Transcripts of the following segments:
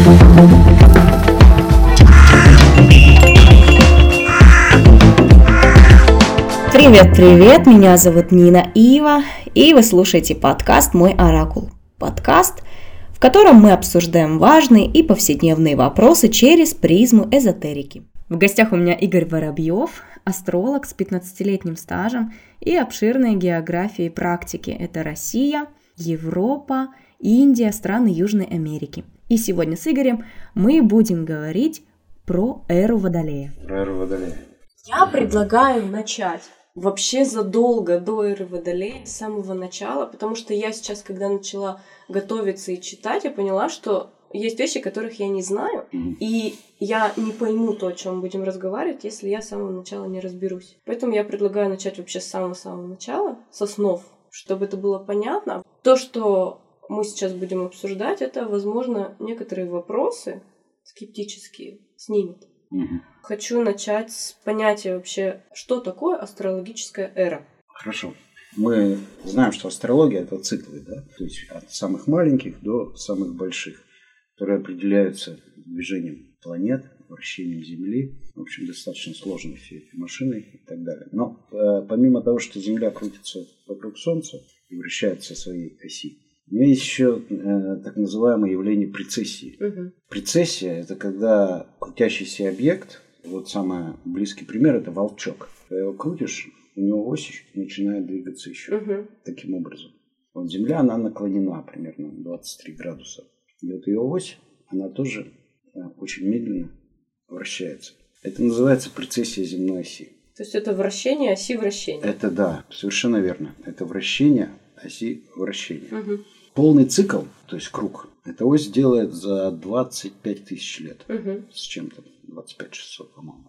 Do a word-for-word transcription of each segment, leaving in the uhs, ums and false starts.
Привет-привет, меня зовут Нина Ива, и вы слушаете подкаст «Мой оракул». Подкаст, в котором мы обсуждаем важные и повседневные вопросы через призму эзотерики. В гостях у меня Игорь Воробьев, астролог с пятнадцатилетним стажем и обширной географией практики. Это Россия, Европа, Индия, страны Южной Америки. И сегодня с Игорем мы будем говорить про эру Водолея. Про эру Водолея. Я предлагаю начать вообще задолго до эры Водолея, с самого начала, потому что я сейчас, когда начала готовиться и читать, я поняла, что есть вещи, которых я не знаю, mm-hmm. и я не пойму то, о чем мы будем разговаривать, если я с самого начала не разберусь. Поэтому я предлагаю начать вообще с самого-самого начала, с основ, чтобы это было понятно. То, что мы сейчас будем обсуждать, это, возможно, некоторые вопросы скептические снимет. Mm-hmm. Хочу начать с понятия вообще, что такое астрологическая эра. Хорошо. Мы знаем, что астрология – это циклы, да? То есть от самых маленьких до самых больших, которые определяются движением планет, вращением Земли. В общем, достаточно сложные все эти машины и так далее. Но э, помимо того, что Земля крутится вокруг Солнца и вращается по своей оси, у меня есть еще э, так называемое явление прецессии. Угу. Прецессия – это когда крутящийся объект, вот самый близкий пример – это волчок. Когда его крутишь, у него ось начинает двигаться еще угу. таким образом. Вот Земля, она наклонена примерно на двадцать три градуса. И вот ее ось, она тоже э, очень медленно вращается. Это называется прецессия земной оси. То есть это вращение оси вращения? Это да, совершенно верно. Это вращение оси вращения. Угу. Полный цикл, то есть круг, эта ось делает за двадцать пять тысяч лет. Угу. С чем-то, двадцать пять тысяч шестьсот, по-моему.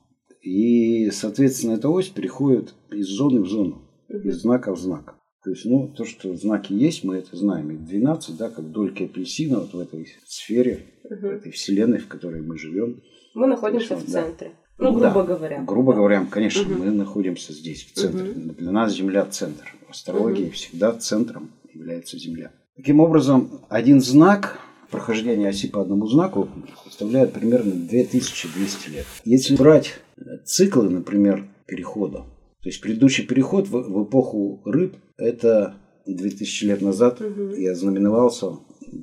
И, соответственно, эта ось переходит из зоны в зону, угу. из знака в знак. То есть, ну, то, что знаки есть, мы это знаем. Их двенадцать, да, как дольки апельсина вот в этой сфере, угу. в этой вселенной, в которой мы живем. Мы находимся в центре. Да. Ну, грубо да. говоря. Грубо говоря, конечно, угу. мы находимся здесь, в центре. Угу. Для нас Земля – центр. В астрологии угу. всегда центром является Земля. Таким образом, один знак, прохождение оси по одному знаку, составляет примерно две тысячи двести лет. Если брать циклы, например, перехода, то есть предыдущий переход в, в эпоху рыб, это две тысячи лет назад угу. я знаменовался,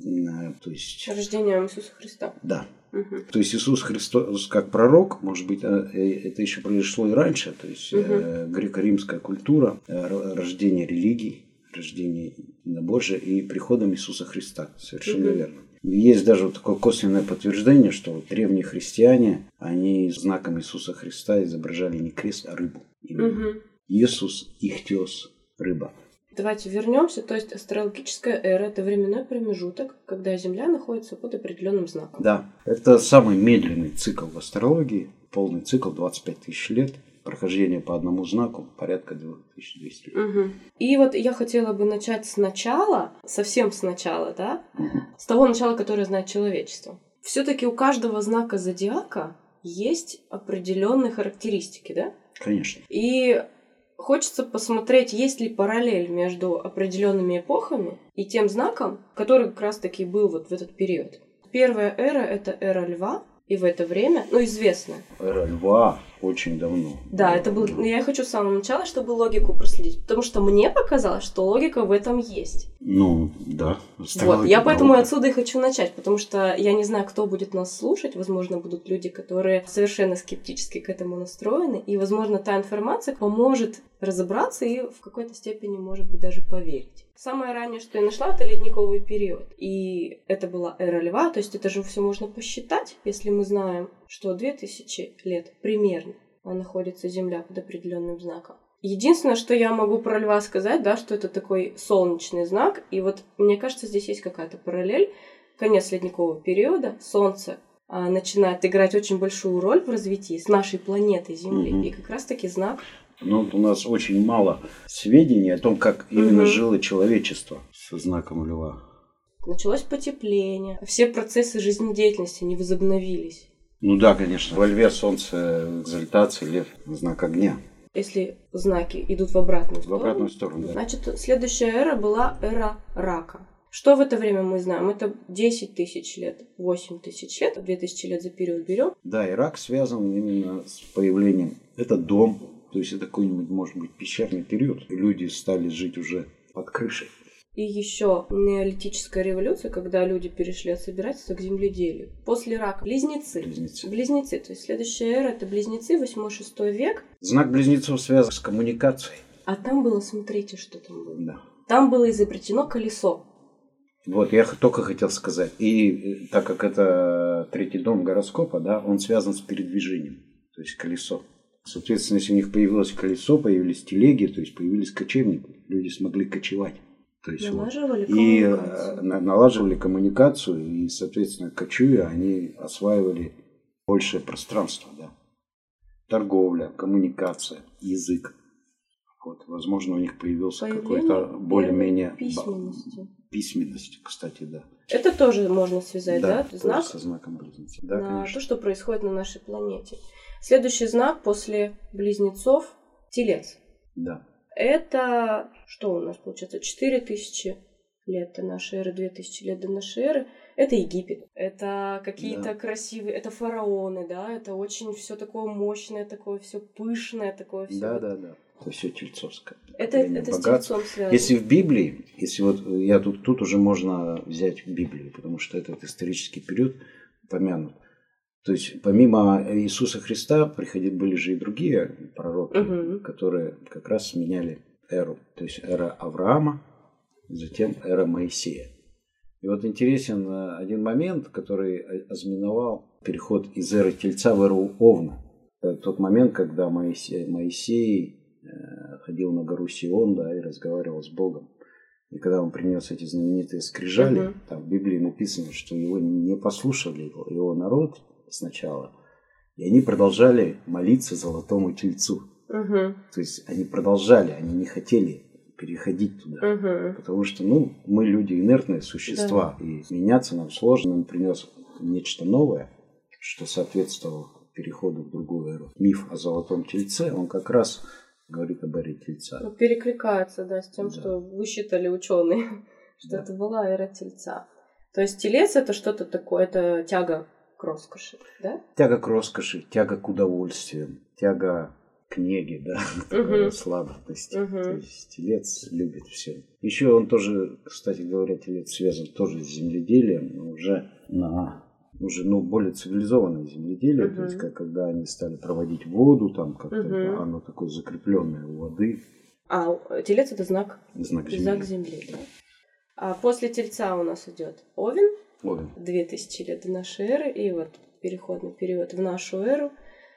то есть... Рождением Иисуса Христа. Да. Угу. То есть Иисус Христос как пророк, может быть, это еще произошло и раньше, то есть угу. греко-римская культура, рождение религий, рождение Божия и приходом Иисуса Христа. Совершенно угу. верно. Есть даже вот такое косвенное подтверждение, что вот древние христиане, они знаком Иисуса Христа изображали не крест, а рыбу. Угу. Иисус, ихтиос, рыба. Давайте вернемся. То есть астрологическая эра – это временной промежуток, когда Земля находится под определенным знаком. Да. Это самый медленный цикл в астрологии. Полный цикл двадцать пять тысяч лет. Прохождение по одному знаку порядка две тысячи двести лет. Угу. И вот я хотела бы начать сначала, совсем сначала, да, угу. с того начала, которое знает человечество. Все-таки у каждого знака зодиака есть определенные характеристики, да? Конечно. И хочется посмотреть, есть ли параллель между определенными эпохами и тем знаком, который как раз-таки был вот в этот период. Первая эра – это эра Льва, и в это время, ну, известная. Эра Льва очень давно. Да, это был. Я хочу с самого начала, чтобы логику проследить, потому что мне показалось, что логика в этом есть. Ну, да. Вот, я поэтому наука. Отсюда и хочу начать, потому что я не знаю, кто будет нас слушать. Возможно, будут люди, которые совершенно скептически к этому настроены, и, возможно, та информация поможет разобраться и в какой-то степени, может быть, даже поверить. Самое раннее, что я нашла, это ледниковый период. И это была эра Льва, то есть это же все можно посчитать, если мы знаем, что две тысячи лет примерно находится Земля под определенным знаком. Единственное, что я могу про Льва сказать, да, что это такой солнечный знак, и вот мне кажется, здесь есть какая-то параллель. Конец ледникового периода, Солнце а, начинает играть очень большую роль в развитии с нашей планеты Земли, угу. и как раз-таки знак. Ну, у нас очень мало сведений о том, как именно угу. жило человечество со знаком Льва. Началось потепление, все процессы жизнедеятельности не возобновились. Ну да, конечно. Во Льве Солнце, экзальтация, Лев, знак огня. Если знаки идут в обратную сторону, в обратную сторону, да. Значит, следующая эра была эра Рака. Что в это время мы знаем? Это десять тысяч лет, восемь тысяч лет, две тысячи лет за период берем. Да, Ирак связан именно с появлением. Это дом, то есть это какой-нибудь, может быть, пещерный период. Люди стали жить уже под крышей. И еще неолитическая революция, когда люди перешли от собирательства к земледелию. После Ирака близнецы. Близнецы. Близнецы. То есть следующая эра это близнецы, восьмой-шестой век. Знак близнецов связан с коммуникацией. А там было, смотрите, что там было. Да. Там было изобретено колесо. Вот, я только хотел сказать. И так как это третий дом гороскопа, да, он связан с передвижением, то есть колесо. Соответственно, если у них появилось колесо, появились телеги, то есть появились кочевники, люди смогли кочевать. То есть налаживали вот, и коммуникацию. налаживали коммуникацию, и, соответственно, кочуя, они осваивали большее пространство, да. Торговля, коммуникация, язык. Вот, возможно, у них появился Появление какой-то более-менее письменности. Письменность, кстати, да. Это тоже можно связать, да? Да, Знак со знаком близнецов. Да, на конечно. то, что происходит на нашей планете. Следующий знак после близнецов – Телец. Да. Это что у нас получается? четыре тысячи лет до нашей эры, две тысячи лет до нашей эры. Это Египет. Это какие-то Да. красивые, это фараоны, да? Это очень все такое мощное, такое все пышное, такое все. Да, да, да. Это все тельцовское. Это, это с Богатство. Тельцом связано. Если в Библии, если вот я тут, тут уже можно взять Библию, потому что этот исторический период упомянут. То есть помимо Иисуса Христа приходили, были же и другие пророки, Угу. которые как раз сменяли эру. То есть эра Авраама, затем эра Моисея. И вот интересен один момент, который ознаменовал переход из эры Тельца в эру Овна. Это тот момент, когда Моисей, Моисей ходил на гору Сион, да, и разговаривал с Богом. И когда он принес эти знаменитые скрижали, Угу. там в Библии написано, что его не послушали его, его народ сначала, и они продолжали молиться золотому тельцу. Угу. То есть они продолжали, они не хотели переходить туда. Угу. Потому что, ну, мы люди инертные существа, и меняться нам сложно. Он принес нечто новое, что соответствовало переходу в другую эру. Миф о золотом тельце, он как раз говорит об эре тельца. Ну, перекликается, да, с тем, Да. что высчитали ученые, что Да. это была эра Тельца. То есть телец это что-то такое, это тяга к роскоши, да? Тяга к роскоши, тяга к удовольствиям, тяга к неге, да, Мгм. сладостности. Мгм. То есть телец любит все. Еще он тоже, кстати говоря, телец связан тоже с земледелием, но уже на уже ну, более цивилизованное земледелие, Мгм. то есть как, когда они стали проводить воду, там как-то Мгм. оно такое закрепленное у воды, А телец это знак, знак земли. знак земли, да? А после тельца у нас идет Овен, Овен. две тысячи лет до нашей эры, и вот переходный период в нашу эру.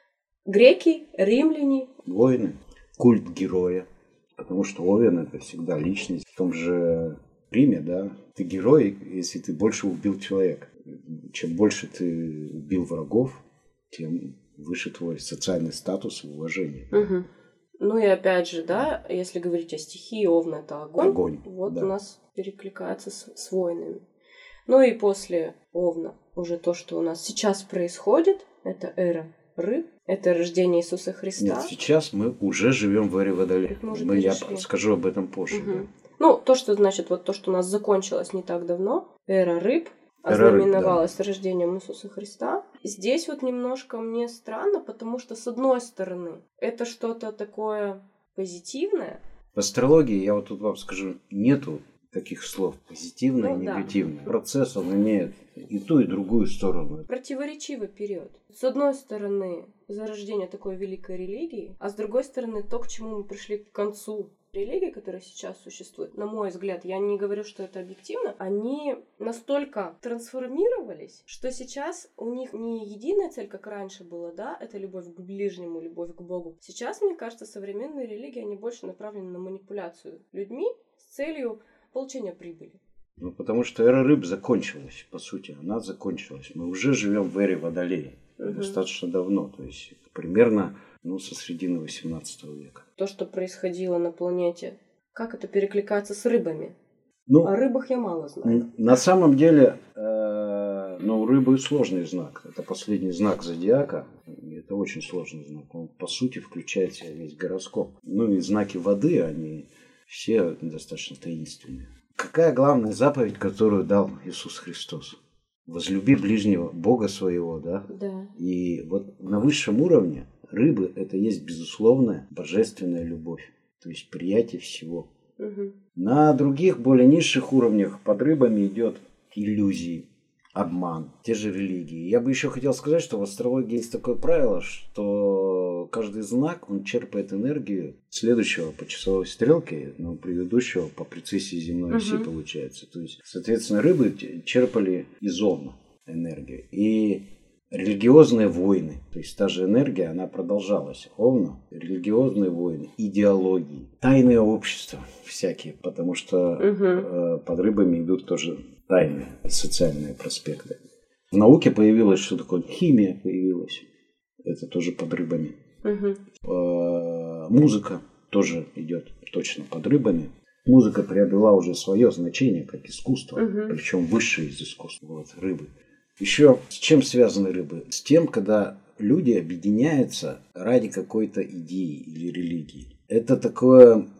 Греки, римляне. Воины, культ героя, потому что Овен это всегда личность. В том же Риме, да, ты герой, если ты больше убил человека. Чем больше ты убил врагов, тем выше твой социальный статус и уважение. Мгм. Ну и опять же, да, если говорить о стихии, Овна это огонь. Огонь, Вот да. у нас перекликается с, с воинами. Ну и после Овна уже то, что у нас сейчас происходит, это эра рыб, это рождение Иисуса Христа. Нет, сейчас мы уже живем в эре Водолея. Мы уже Мы, я перешли. скажу об этом позже. Мгм. Да. Ну, то, что значит, вот то, что у нас закончилось не так давно, эра рыб, Эра рыб, ознаменовалась рождением Иисуса Христа. Здесь вот немножко мне странно, потому что, с одной стороны, это что-то такое позитивное. В астрологии, я вот тут вам скажу, нету таких слов позитивное Ну, и да. негативное. Процесс, он имеет и ту, и другую сторону. Противоречивый период. С одной стороны, зарождение такой великой религии, а с другой стороны, то, к чему мы пришли к концу религии, которая сейчас существует, на мой взгляд, я не говорю, что это объективно, они настолько трансформировались, что сейчас у них не единая цель, как раньше было, да, это любовь к ближнему, любовь к Богу. Сейчас, мне кажется, современные религии, они больше направлены на манипуляцию людьми с целью получения прибыли. Ну, потому что эра рыб закончилась, по сути, она закончилась. Мы уже живем в эре Водолея Мгм. достаточно давно, то есть примерно ну, со середины восемнадцатого века. То, что происходило на планете, как это перекликается с рыбами? Ну, О рыбах я мало знаю. н- на самом деле, э, ну, у рыбы сложный знак. Это последний знак зодиака. И это очень сложный знак. Он, по сути, включает в себя весь гороскоп. Ну и знаки воды, они все достаточно таинственные. Как какая главная заповедь, которую дал Иисус Христос? Возлюби ближнего Бога своего, да? Да. И вот на высшем уровне рыбы это есть безусловная божественная любовь, то есть приятие всего. Угу. На других, более низших уровнях под рыбами идет иллюзии, обман, те же религии. Я бы еще хотел сказать, что в астрологии есть такое правило, что каждый знак, он черпает энергию следующего по часовой стрелке, но предыдущего по прецессии земной оси Угу. получается. То есть, соответственно, рыбы черпали из Овна энергию. И религиозные войны, то есть та же энергия, она продолжалась. Овна, религиозные войны, идеологии, тайные общества всякие, потому что Угу. э, под рыбами идут тоже тайные социальные проспекты. В науке появилось, что такое химия появилась, это тоже под рыбами. Угу. Э, музыка тоже идет точно под рыбами. Музыка приобрела уже свое значение как искусство, Угу. причем высшее из искусства, вот, рыбы. Еще с чем связаны рыбы? С тем, когда люди объединяются ради какой-то идеи или религии. Это такое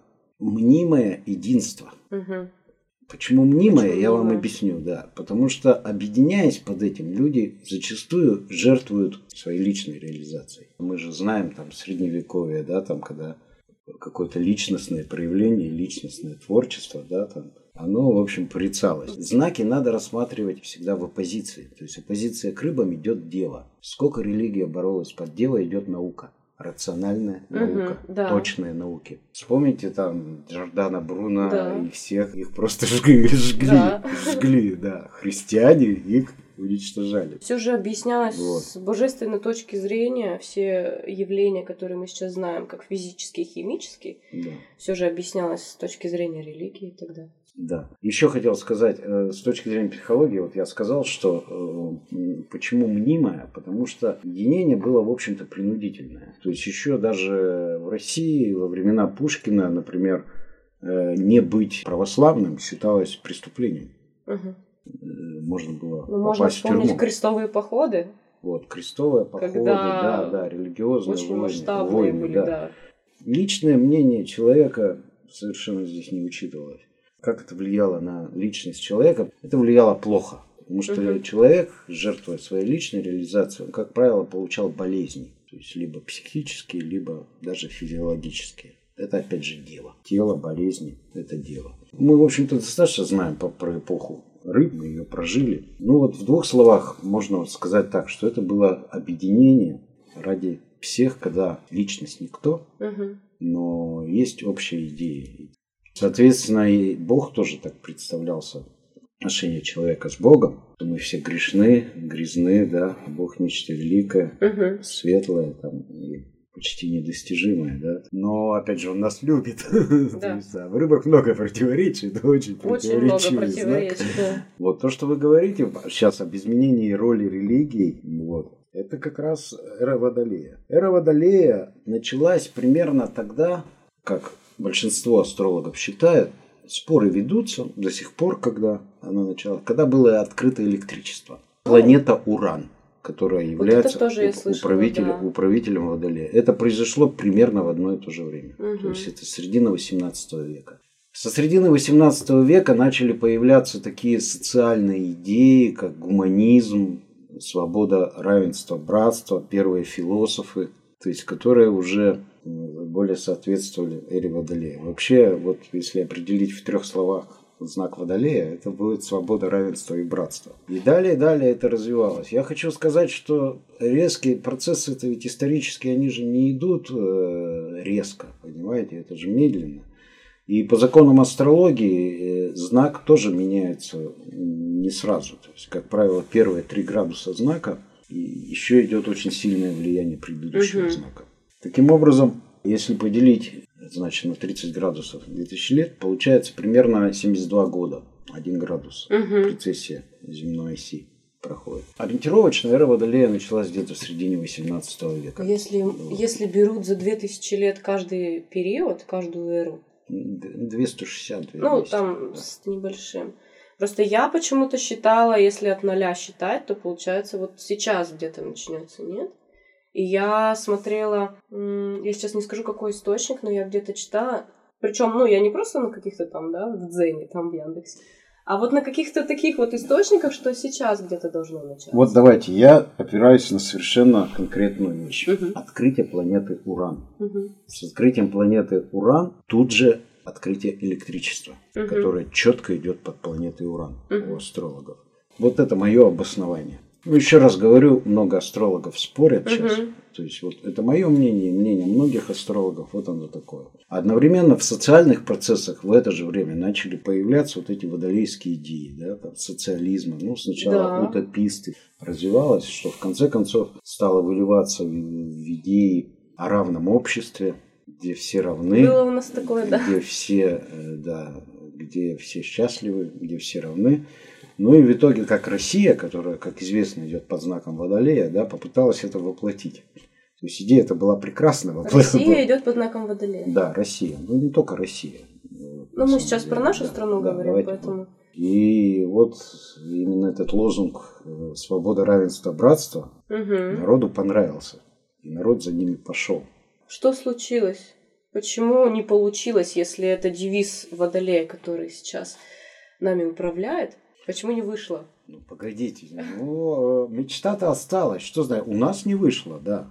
мнимое единство. Угу. Почему мнимое, Почему я вам мнимое? объясню, да. Потому что, объединяясь под этим, люди зачастую жертвуют своей личной реализацией. Мы же знаем там средневековье, да, там, когда какое-то личностное проявление, личностное творчество, да, там, оно, в общем, порицалось. Знаки надо рассматривать всегда в оппозиции. То есть оппозиция к рыбам идет дело. Сколько религия боролась под дело, идет наука. Рациональная наука, Мгм, да. точные науки. Вспомните там Джордана Бруно Да. и всех, их просто жгли, жгли, Да. жгли, да. Христиане их уничтожали. Все же объяснялось Вот. с божественной точки зрения. Все явления, которые мы сейчас знаем, как физические и химические, Да. все же объяснялось с точки зрения религии тогда. Да. Еще хотел сказать, э, с точки зрения психологии, вот я сказал, что э, м, почему мнимое, потому что единение было, в общем-то, принудительное. То есть еще даже в России во времена Пушкина, например, э, не быть православным считалось преступлением. Угу. Э, Можно было Ну, можно попасть в вспомнить тюрьму. крестовые походы. Вот, крестовые походы, Когда да, да, религиозные Очень войны, масштабные войны, были, да. да. Личное мнение человека совершенно здесь не учитывалось. Как это влияло на личность человека? Это влияло плохо. Потому что Мгм. человек, жертвуя своей личной реализацией, он, как правило, получал болезни. То есть, либо психические, либо даже физиологические. Это, опять же, дело. Тело, болезни – это дело. Мы, в общем-то, достаточно знаем по- про эпоху рыб, мы ее прожили. Ну вот в двух словах можно сказать так, что это было объединение ради всех, когда личность никто, Мгм. но есть общая идея. Соответственно, и Бог тоже так представлялся, отношение человека с Богом, что мы все грешны, грязны, да, Бог нечто великое, Мгм. светлое, там, и почти недостижимое, да. Но, опять же, он нас любит. То есть, да, в рыбах много противоречий, это очень Очень много противоречивый знак. противоречий, да. Вот то, что вы говорите сейчас об изменении роли религий, вот, это как раз эра Водолея. Эра Водолея началась примерно тогда, как большинство астрологов считают, споры ведутся до сих пор, когда она началась, когда было открыто электричество. Планета Уран, которая является это тоже я уп- слышала, управителем, да. управителем Водолея. Это произошло примерно в одно и то же время. Мгм. То есть это середина восемнадцатого века. Со середины восемнадцатого века начали появляться такие социальные идеи, как гуманизм, свобода, равенство, братство, первые философы, то есть которые уже м, более соответствовали эре Водолея. Вообще, вот если определить в трех словах знак Водолея, это будет свобода, равенство и братство. И далее, далее это развивалось. Я хочу сказать, что резкие процессы, это ведь исторически, они же не идут э, резко, понимаете, это же медленно. И по законам астрологии э, знак тоже меняется не сразу. То есть, как правило, первые три градуса знака, и еще идет очень сильное влияние предыдущего Мгм. знака. Таким образом, если поделить, значит, на тридцать градусов две тысячи лет, получается примерно семьдесят два года, один градус. Мгм. Прецессия земной оси проходит. Ориентировочно эра Водолея началась где-то в середине восемнадцатого века. Если, если берут за две тысячи лет каждый период, каждую эру, двести шестьдесят. ну, двести, там да. с небольшим. Просто я почему-то считала, если от ноля считать, то получается вот сейчас где-то начнется, нет? И я смотрела, м, я сейчас не скажу, какой источник, но я где-то читала, Причем, ну, я не просто на каких-то там, да, в Дзене, там в Яндексе, а вот на каких-то таких вот источниках, что сейчас где-то должно начаться. Вот давайте, я опираюсь на совершенно конкретную вещь. Угу. Открытие планеты Уран. Угу. С открытием планеты Уран тут же открытие электричества, угу. которое четко идет под планетой Уран угу. у астрологов. Вот это мое обоснование. Ну, еще раз говорю, много астрологов спорят угу. сейчас. То есть, вот это мое мнение, мнение многих астрологов, вот оно такое. Одновременно в социальных процессах в это же время начали появляться вот эти водолейские идеи, да, там, социализма. Ну, сначала да. утописты. Развивалось, что в конце концов стало выливаться в, в идеи о равном обществе, где все равны. Было у нас такое, где да. Где все, да, где все счастливы, где все равны. Ну и в итоге, как Россия, которая, как известно, идет под знаком Водолея, да, попыталась это воплотить. То есть идея эта была прекрасна. Россия идет под знаком Водолея. Да, Россия. Ну не только Россия. Ну мы сейчас деле. Про нашу да, страну да, говорим, поэтому. И вот именно этот лозунг «Свобода, равенство, братство» угу. народу понравился. И народ за ними пошел. Что случилось? Почему не получилось, если это девиз Водолея, который сейчас нами управляет? Почему не вышло? Ну, погодите. Ну, мечта-то осталась. Что знаю, у нас не вышло, да.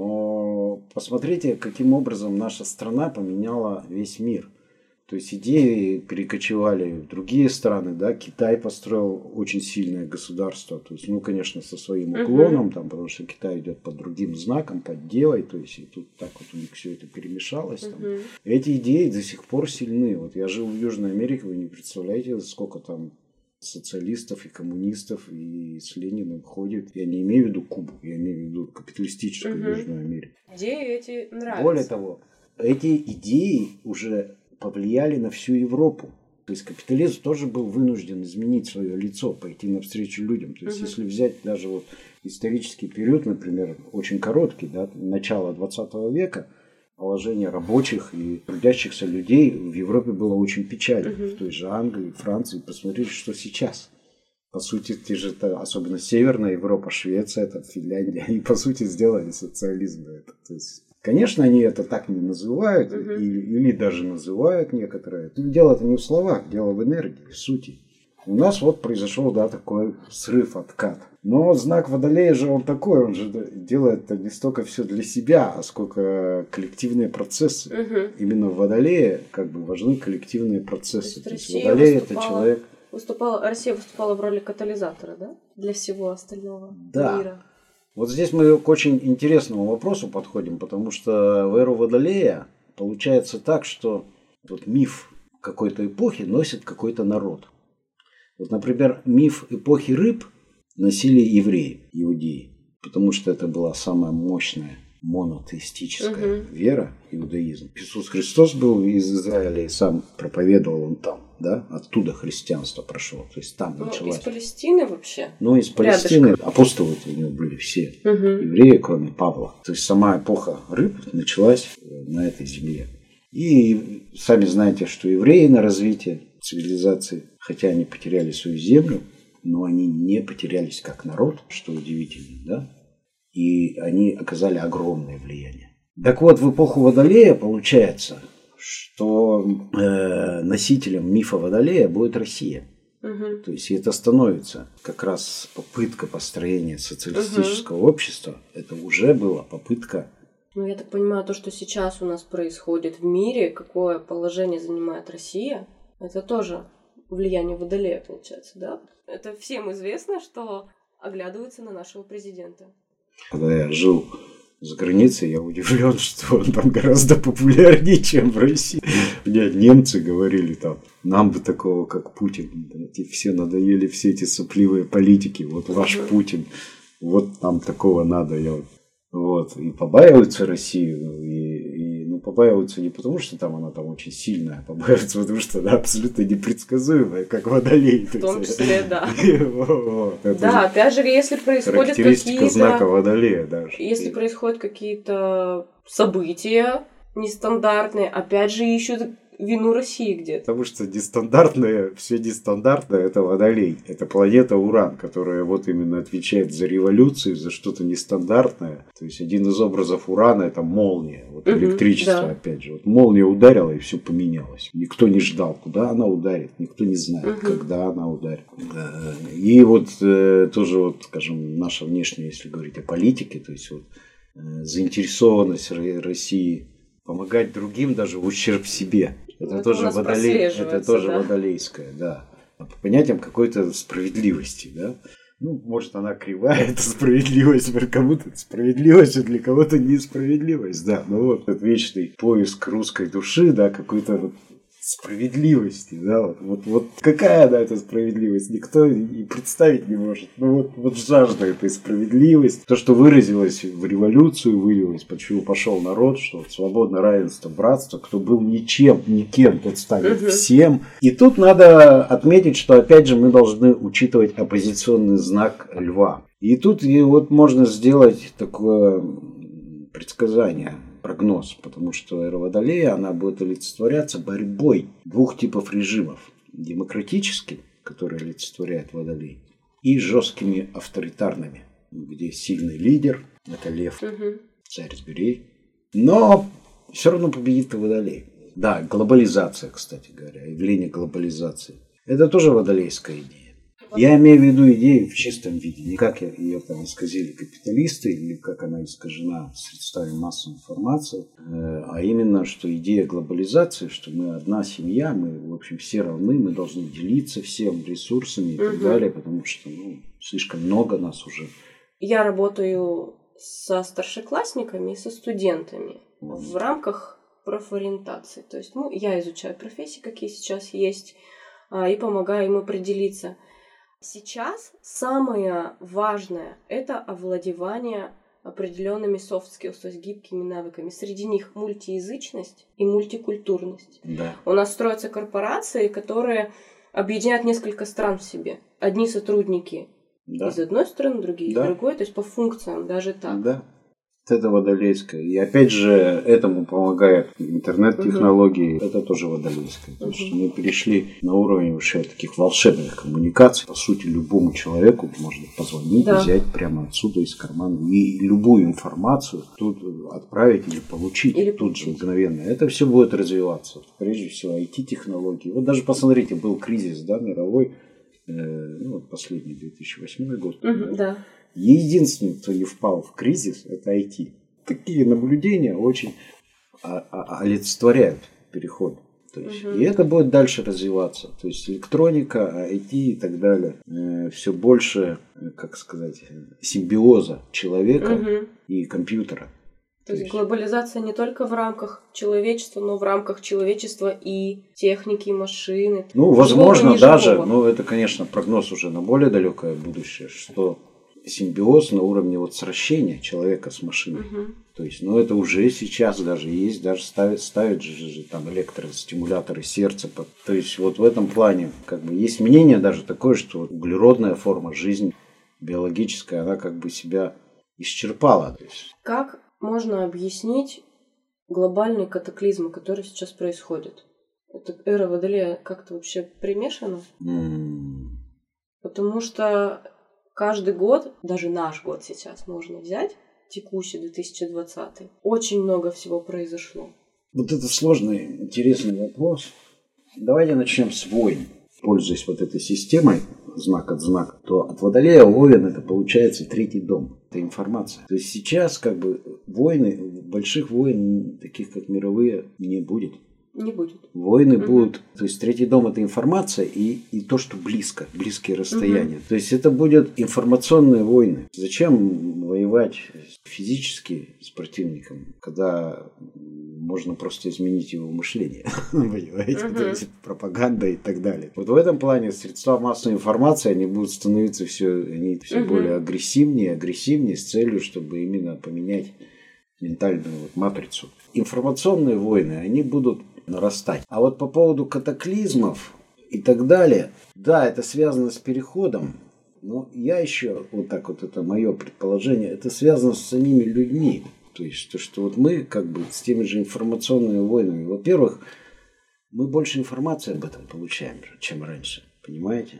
Но посмотрите, каким образом наша страна поменяла весь мир. То есть идеи перекочевали в другие страны, да. Китай построил очень сильное государство. То есть, ну, конечно, со своим уклоном, uh-huh. там, потому что Китай идет под другим знаком, под девой. То есть, и тут так вот у них все это перемешалось. Там. Uh-huh. Эти идеи до сих пор сильны. Вот я жил в Южной Америке, вы не представляете, сколько там социалистов и коммунистов и с Лениным ходит. Я не имею в виду Кубу, я имею в виду капиталистическую угу. Южную Америку. Идеи эти нравятся. Более того, эти идеи уже повлияли на всю Европу. То есть капитализм тоже был вынужден изменить свое лицо, пойти навстречу людям. То есть угу. если взять даже вот исторический период, например, очень короткий, да, начало двадцатого века, положение рабочих и трудящихся людей в Европе было очень печально. Uh-huh. В той же Англии, Франции. Посмотрите, что сейчас. По сути, те же, особенно Северная Европа, Швеция, там, Финляндия, они, по сути, сделали социализм. Это. То есть, конечно, они это так не называют, uh-huh. и, или даже называют некоторые. Дело-то не в словах, дело в энергии, в сути. У нас вот произошел, да, такой срыв, откат. Но знак Водолея же он такой, он же делает не столько все для себя, а сколько коллективные процессы. Угу. Именно в Водолее как бы важны коллективные процессы. То есть, То есть Водолей это человек... Выступала, Россия выступала в роли катализатора, да? Для всего остального да. мира. Вот здесь мы к очень интересному вопросу подходим, потому что в эру Водолея получается так, что вот миф какой-то эпохи носит какой-то народ. Вот, например, миф эпохи рыб носили евреи, иудеи, потому что это была самая мощная монотеистическая угу. вера, иудаизм. Иисус Христос был из Израиля и сам проповедовал он там, да, оттуда христианство прошло, то есть там ну, началось. Из Палестины вообще? Ну, из Палестины. Рядышком. Апостолы у него были все, угу. евреи, кроме Павла. То есть сама эпоха рыб началась на этой земле. И сами знаете, что евреи на развитие цивилизации, хотя они потеряли свою землю, но они не потерялись как народ, что удивительно, да? И они оказали огромное влияние. Так вот, в эпоху Водолея получается, что э, носителем мифа Водолея будет Россия. Угу. То есть это становится как раз попытка построения социалистического угу. общества. Это уже была попытка. Ну, я так понимаю, то, что сейчас у нас происходит в мире, какое положение занимает Россия, это тоже влияние Водолея, получается, да? Это всем известно, что оглядываются на нашего президента. Когда я жил за границей, я удивлен, что он там гораздо популярнее, чем в России. Мне немцы говорили там, нам бы такого, как Путин. Эти все надоели, все эти сопливые политики. Вот ваш uh-huh. Путин, вот нам такого надо. Я вот. И побаиваются Россию, и, и ну, побаиваются не потому, что там она там очень сильная, а побаиваются потому, что она абсолютно непредсказуемая, как Водолей. В том числе, да. Да, да, опять же, если происходят какие-то... Характеристика знака Водолея даже. Если происходят какие-то события нестандартные, опять же, ищут вину России где-то. Потому что нестандартное, все нестандартное – это Водолей. Это планета Уран, которая вот именно отвечает за революцию, за что-то нестандартное. То есть один из образов Урана – это молния. Вот Угу, электричество, да. опять же. Вот молния ударила, и все поменялось. Никто не ждал, куда она ударит. Никто не знает, Угу. когда она ударит. И вот э, тоже, вот, скажем, наша внешняя, если говорить о политике, то есть вот, э, заинтересованность России помогать другим даже в ущерб себе. Это, это тоже, водолей, это тоже да? водолейское, да. По понятиям какой-то справедливости, да. Ну, может, она кривая, эта справедливость, кому-то справедливость, а для кого-то несправедливость, да. Но вот этот вечный поиск русской души, да, какой-то вот справедливости, да, вот, вот, вот какая она, эта справедливость, никто и представить не может. Ну вот, вот жажда этой справедливости, то, что выразилось в революцию, вылилось, почему пошел народ, что вот свобода, равенство, братство, кто был ничем, никем, тот станет Угу. всем. И тут надо отметить, что опять же мы должны учитывать оппозиционный знак льва. И тут и вот можно сделать такое предсказание, прогноз, потому что эра Водолея, она будет олицетворяться борьбой двух типов режимов. Демократическим, который олицетворяет Водолей, и жесткими авторитарными, где сильный лидер, это лев, Угу. царь зверей, но все равно победит Водолей. Да, глобализация, кстати говоря, явление глобализации. Это тоже водолейская идея. Я имею в виду идею в чистом виде, не как ее там исказили капиталисты, или как она искажена средствами массовой информации, а именно, что идея глобализации, что мы одна семья, мы, в общем, все равны, мы должны делиться всем ресурсами и так Угу. далее, потому что ну, слишком много нас уже. Я работаю со старшеклассниками и со студентами в рамках профориентации. То есть ну, я изучаю профессии, какие сейчас есть, и помогаю им определиться. Сейчас самое важное – это овладевание определенными soft skills, то есть гибкими навыками. Среди них мультиязычность и мультикультурность. Да. У нас строятся корпорации, которые объединяют несколько стран в себе. Одни сотрудники Да. из одной страны, другие Да. из другой, то есть по функциям даже так. Да. Это водолейское. И опять же, этому помогают интернет-технологии. Угу. Это тоже водолейское. Угу. То есть мы перешли на уровень вообще таких волшебных коммуникаций. По сути, любому человеку можно позвонить, да. взять прямо отсюда из кармана и любую информацию тут отправить или получить или тут получить. же мгновенно. Это все будет развиваться. Прежде всего, ай ти-технологии. Вот даже посмотрите, был кризис, да, мировой, э, ну, последний две тысячи восьмой год. Угу, да. да. Единственный, кто не впал в кризис, это ай ти. Такие наблюдения очень олицетворяют переход. То есть, угу. И это будет дальше развиваться. То есть электроника, ай ти и так далее. Э, все больше, как сказать, симбиоза человека угу. и компьютера. То, То есть, есть глобализация не только в рамках человечества, но в рамках человечества и техники, и машины. Ну, возможно, даже, но это, конечно, прогноз уже на более далекое будущее, что симбиоз на уровне вот сращения человека с машиной. Угу. То есть, ну, это уже сейчас даже есть, даже ставят, ставят же, же там электростимуляторы сердца. То есть, вот в этом плане как бы есть мнение даже такое, что углеродная форма жизни, биологическая, она как бы себя исчерпала. То есть. Как можно объяснить глобальные катаклизмы, которые сейчас происходят? Это эра Водолея как-то вообще примешана? Mm. Потому что каждый год, даже наш год сейчас можно взять, текущий две тысячи двадцатый, очень много всего произошло. Вот это сложный, интересный вопрос. Давайте начнем с войн. Пользуясь вот этой системой, знак от знака, то от Водолея Овен это получается третий дом. Это информация. То есть сейчас как бы войны, больших войн, таких как мировые, не будет. Не будет. Войны угу. будут, то есть третий дом это информация и, и то, что близко, близкие расстояния. Угу. То есть это будут информационные войны. Зачем воевать физически с противником, когда можно просто изменить его мышление, понимаете, то есть пропаганда и так далее. Вот в этом плане средства массовой информации, они будут становиться все, они все более агрессивнее, агрессивнее с целью, чтобы именно поменять ментальную вот матрицу. Информационные войны, они будут нарастать. А вот по поводу катаклизмов и так далее, да, это связано с переходом, но я еще, вот так вот, это мое предположение, это связано с самими людьми. То есть, то, что вот мы как бы с теми же информационными войнами, во-первых, мы больше информации об этом получаем, чем раньше, понимаете?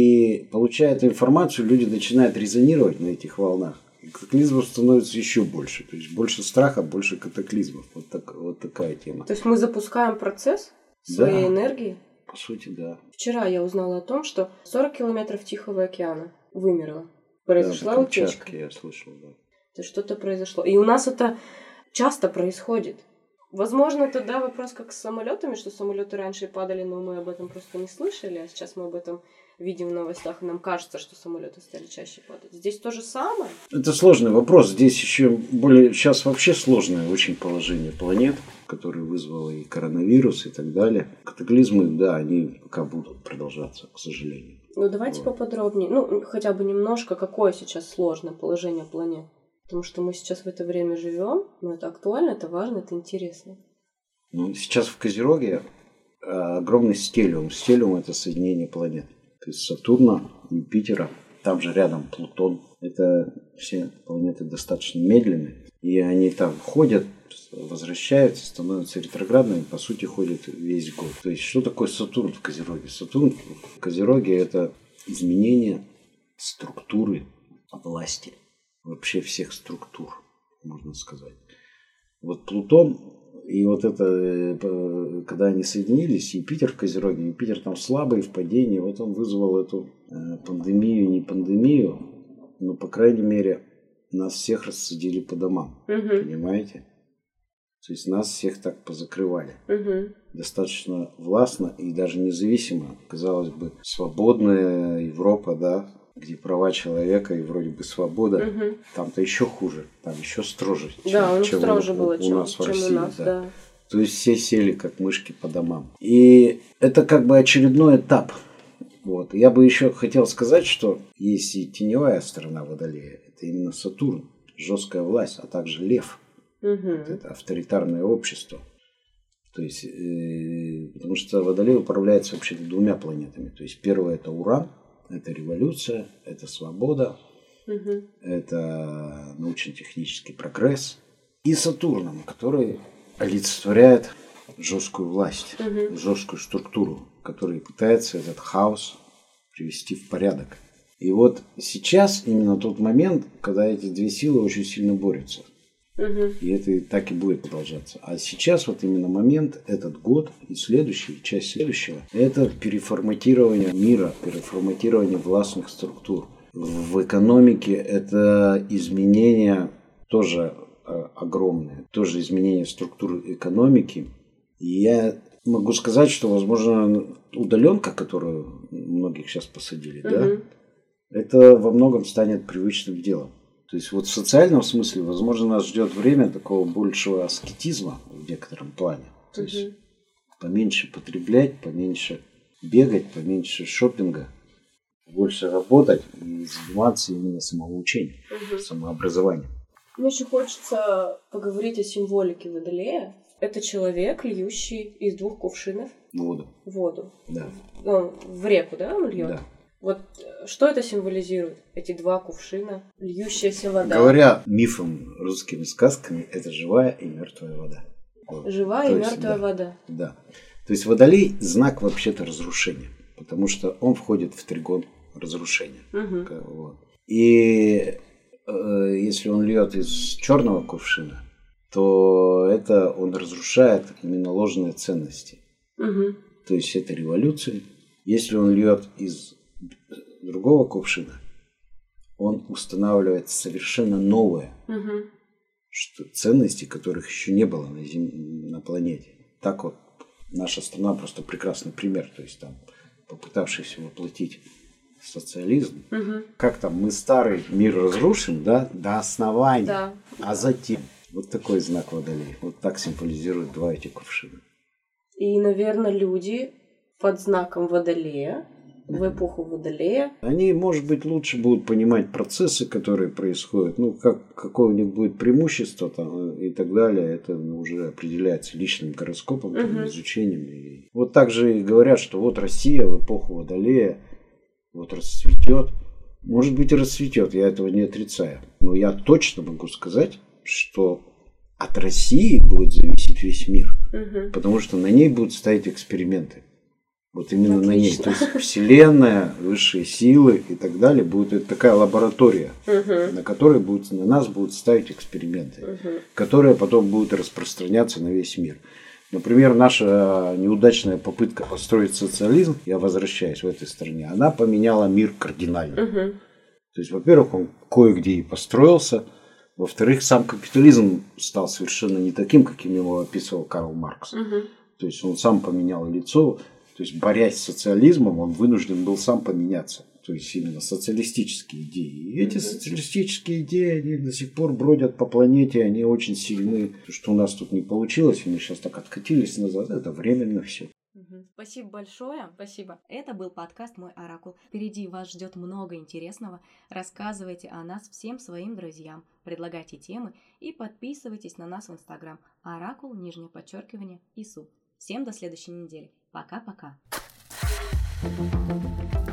И получая эту информацию, люди начинают резонировать на этих волнах. И катаклизмов становится еще больше. То есть больше страха, больше катаклизмов. Вот, так, вот такая тема. То есть мы запускаем процесс своей да, энергии? По сути, да. Вчера я узнала о том, что сорок километров Тихого океана вымерло. Произошла да, утечка. Я слышал, да. То есть что-то произошло. И у нас это часто происходит. Возможно, тогда вопрос как с самолетами, что самолеты раньше падали, но мы об этом просто не слышали, а сейчас мы об этом видим в новостях, и нам кажется, что самолеты стали чаще падать. Здесь то же самое? Это сложный вопрос. Здесь еще более... Сейчас вообще сложное очень положение планет, которое вызвало и коронавирус, и так далее. Катаклизмы, да, они пока будут продолжаться, к сожалению. Ну, давайте вот. поподробнее. Ну, хотя бы немножко, какое сейчас сложное положение планет. Потому что мы сейчас в это время живем, но это актуально, это важно, это интересно. Ну, сейчас в Козероге огромный стелиум. Стелиум – это соединение планет. То есть Сатурна, Юпитера, там же рядом Плутон. Это все планеты достаточно медленные. И они там ходят, возвращаются, становятся ретроградными, по сути, ходят весь год. То есть что такое Сатурн в Козероге? Сатурн в Козероге – это изменение структуры власти. Вообще всех структур, можно сказать. Вот Плутон, и вот это, когда они соединились, Юпитер в Козероге, Юпитер там слабый, в падении, вот он вызвал эту пандемию, не пандемию, но, по крайней мере, нас всех рассадили по домам, угу. Понимаете? То есть нас всех так позакрывали. Угу. Достаточно властно и даже независимо. Казалось бы, свободная Европа, да, где права человека и вроде бы свобода, угу. Там-то еще хуже, там еще строже, чем, да, у чем строже у, было, у чем, нас в чем России. У нас, да. Да. То есть все сели как мышки по домам. И это как бы очередной этап. Вот. Я бы еще хотел сказать, что есть и теневая сторона Водолея. Это именно Сатурн, жесткая власть, а также Лев. Угу. Вот это авторитарное общество. То есть, э, потому что Водолей управляется вообще двумя планетами. То есть первое это Уран. Это революция, это свобода, угу. Это научно-технический прогресс. И Сатурном, который олицетворяет жесткую власть, угу. Жесткую структуру, который пытается этот хаос привести в порядок. И вот сейчас именно тот момент, когда эти две силы очень сильно борются. Угу. И это так и будет продолжаться. А сейчас вот именно момент, этот год и следующий, часть следующего, это переформатирование мира, переформатирование властных структур. В экономике это изменение тоже огромное, тоже изменение структуры экономики. И я могу сказать, что, возможно, удаленка, которую многих сейчас посадили, угу. Да, это во многом станет привычным делом. То есть вот в социальном смысле, возможно, нас ждет время такого большего аскетизма в некотором плане. То есть угу. Поменьше потреблять, поменьше бегать, поменьше шопинга, больше работать и заниматься именно самообучением, угу. Самообразованием. Мне еще хочется поговорить о символике Водолея. Это человек, льющий из двух кувшинов воду. Воду. Да. Он в реку, да, он льет? Да. Вот что это символизирует? Эти два кувшина, льющаяся вода. Говоря мифом, русскими сказками, это живая и мертвая вода. Живая То и есть, мертвая да, вода. Да. То есть Водолей знак вообще-то разрушения, потому что он входит в тригон разрушения. Угу. Вот. И э, если он льет из черного кувшина, то это он разрушает именно ложные ценности. Угу. То есть это революция. Если он льет из другого кувшина, он устанавливает совершенно новое, угу. что ценности, которых еще не было на, зем... на планете. Так вот, наша страна просто прекрасный пример. То есть там, попытавшийся воплотить социализм, угу. Как там, мы старый мир разрушим, да, до основания, да. А затем вот такой знак Водолея. Вот так символизируют два эти кувшина. И, наверное, люди под знаком Водолея, в эпоху Водолея. Они, может быть, лучше будут понимать процессы, которые происходят. Ну, как, какое у них будет преимущество там, и так далее. Это уже определяется личным гороскопом, там, угу. Изучением. И вот так же и говорят, что вот Россия в эпоху Водолея вот расцветет. Может быть, и расцветет, я этого не отрицаю. Но я точно могу сказать, что от России будет зависеть весь мир, Угу. потому что на ней будут ставить эксперименты. Вот именно Отлично. на ней. То есть Вселенная, высшие силы и так далее будет это такая лаборатория, Угу. на которой будут, на нас будут ставить эксперименты, Угу. которые потом будут распространяться на весь мир. Например, наша неудачная попытка построить социализм, я возвращаюсь в этой стране, она поменяла мир кардинально. Угу. То есть, во-первых, он кое-где и построился, во-вторых, сам капитализм стал совершенно не таким, каким его описывал Карл Маркс. Угу. То есть он сам поменял лицо, то есть борясь с социализмом, он вынужден был сам поменяться. То есть именно социалистические идеи. И эти социалистические идеи, они до сих пор бродят по планете, они очень сильны. То, что у нас тут не получилось, и мы сейчас так откатились назад, это временно все. Спасибо большое. Спасибо. Это был подкаст «Мой Оракул». Впереди вас ждет много интересного. Рассказывайте о нас всем своим друзьям, предлагайте темы и подписывайтесь на нас в Инстаграм. Оракул, нижнее подчеркивание, ИСУ. Всем до следующей недели. Пока-пока.